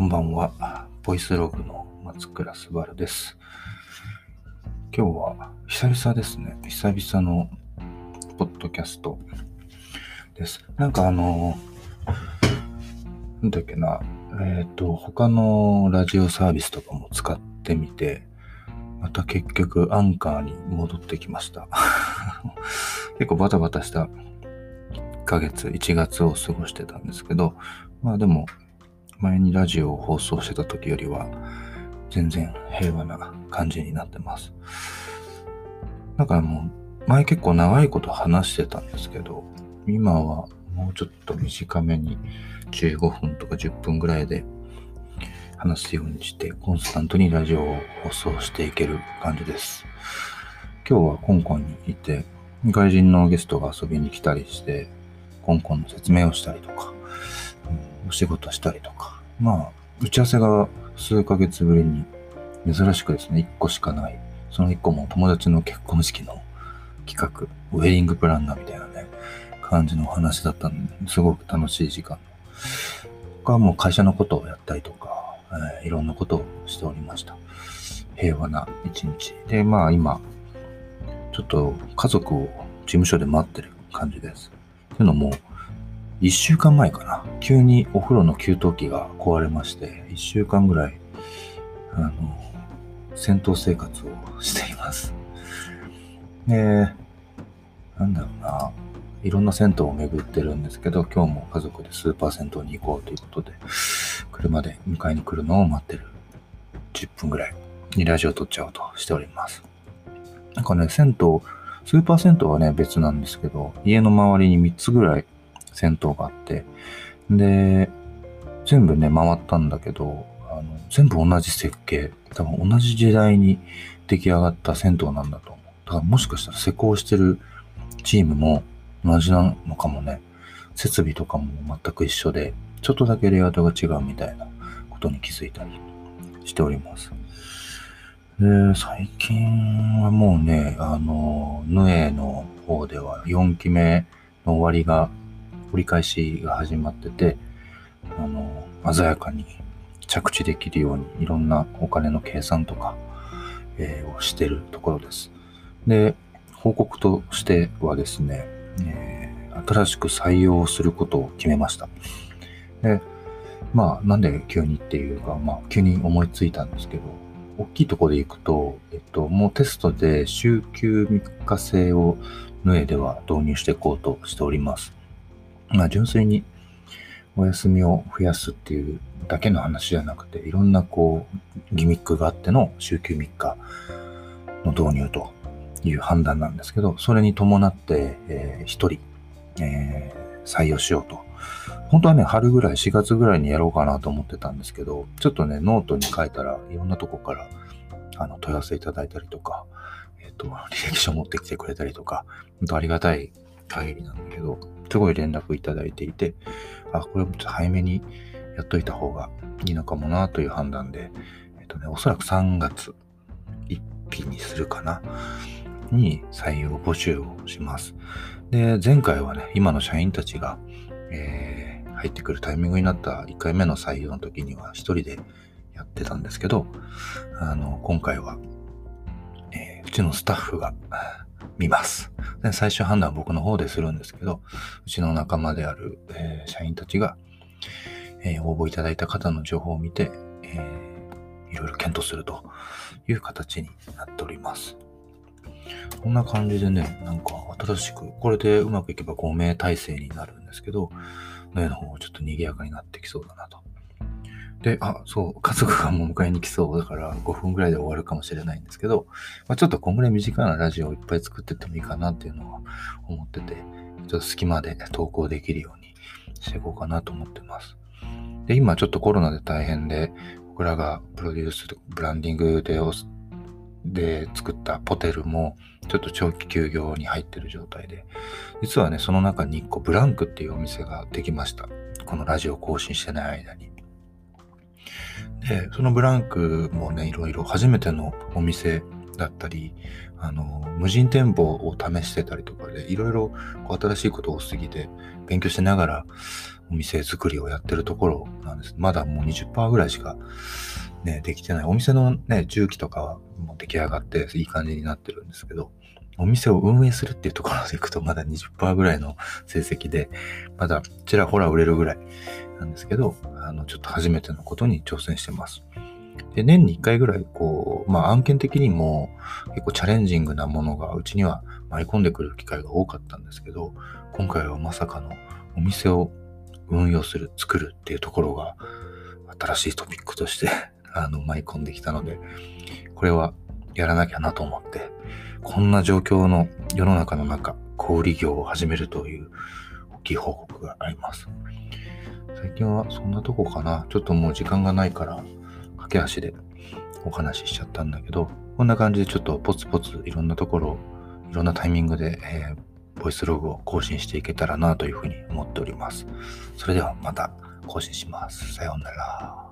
こんばんは。ボイスログの松倉すばるです。今日は久々ですね。久々のポッドキャストです。なんだっけな、他のラジオサービスとかも使ってみて、また結局アンカーに戻ってきました。結構バタバタした1ヶ月、1月を過ごしてたんですけど、まあでも前にラジオを放送してた時よりは全然平和な感じになってます。もう前結構長いこと話してたんですけど、今はもうちょっと短めに15分とか10分ぐらいで話すようにしてコンスタントにラジオを放送していける感じです。今日は香港にいて外人のゲストが遊びに来たりして香港の説明をしたりとか、お仕事したりとか、打ち合わせが数ヶ月ぶりに珍しくですね、1個しかない。その1個も友達の結婚式の企画、ウェディングプランナーみたいなね、感じのお話だったんで、すごく楽しい時間。他はもう会社のことをやったりとか、いろんなことをしておりました。平和な一日。で、今、ちょっと家族を事務所で待ってる感じです。というのも、1週間前かな。急にお風呂の給湯器が壊れまして、1週間ぐらい、戦闘生活をしています。いろんな銭湯を巡ってるんですけど、今日も家族でスーパー銭湯に行こうということで、車で迎えに来るのを待ってる10分ぐらいにラジオを撮っちゃおうとしております。スーパー銭湯はね、別なんですけど、家の周りに3つぐらい銭湯があって、で、全部ね、回ったんだけど、全部同じ設計、多分同じ時代に出来上がった銭湯なんだと思う。だからもしかしたら施工してるチームも同じなのかもね。設備とかも全く一緒で、ちょっとだけレイアウトが違うみたいなことに気づいたりしております。で、最近はもうね、ヌエの方では4期目の終わりが、折り返しが始まってて、鮮やかに着地できるようにいろんなお金の計算とか、をしてるところです。で、報告としてはですね、新しく採用することを決めました。で、なんで急にっていうか、急に思いついたんですけど、大きいところでいくと、もうテストで週休3日制をヌエでは導入していこうとしております。純粋にお休みを増やすっていうだけの話じゃなくて、いろんなギミックがあっての週休3日の導入という判断なんですけど、それに伴って、一人、採用しようと。本当はね、春ぐらい、4月ぐらいにやろうかなと思ってたんですけど、ちょっとね、ノートに書いたらいろんなとこから問い合わせいただいたりとか、履歴書持ってきてくれたりとか、本当ありがたい限りなんだけど、すごい連絡いただいていて、これもちょっと早めにやっといた方がいいのかもなという判断で、おそらく3月1日にするかな、に採用募集をします。で、前回はね、今の社員たちが、入ってくるタイミングになった1回目の採用の時には一人でやってたんですけど、今回は、うちのスタッフが見ます。で、最終判断は僕の方でするんですけど、うちの仲間である、社員たちが、応募いただいた方の情報を見て、いろいろ検討するという形になっております。こんな感じでね、新しく、これでうまくいけば5名体制になるんですけど、の方ちょっと賑やかになってきそうだなと。で、家族がもう迎えに来そうだから5分ぐらいで終わるかもしれないんですけど、ちょっとこんぐらい短いラジオをいっぱい作ってってもいいかなっていうのは思ってて、ちょっと隙間で投稿できるようにしていこうかなと思ってます。で、今ちょっとコロナで大変で、僕らがプロデュース、ブランディングで作ったポテルもちょっと長期休業に入ってる状態で、実はね、その中に1個ブランクっていうお店ができました。このラジオ更新してない間に。で、そのブランクもね、いろいろ初めてのお店だったり、無人店舗を試してたりとかで、いろいろ新しいこと多すぎて、勉強しながらお店作りをやってるところなんです。まだもう 20% ぐらいしかね、できてない。お店のね、重機とかはもう出来上がっていい感じになってるんですけど、お店を運営するっていうところでいくとまだ 20% ぐらいの成績で、まだちらほら売れるぐらいなんですけど、ちょっと初めてのことに挑戦してます。で、年に1回ぐらい、案件的にも結構チャレンジングなものがうちには舞い込んでくる機会が多かったんですけど、今回はまさかのお店を運用する、作るっていうところが新しいトピックとして舞い込んできたので、これはやらなきゃなと思って、こんな状況の世の中の中、小売業を始めるという大きい報告があります。最近はそんなとこかな。ちょっともう時間がないから駆け足でお話ししちゃったんだけど、こんな感じでちょっとポツポツいろんなところ、いろんなタイミングで、ボイスログを更新していけたらなというふうに思っております。それではまた更新します。さようなら。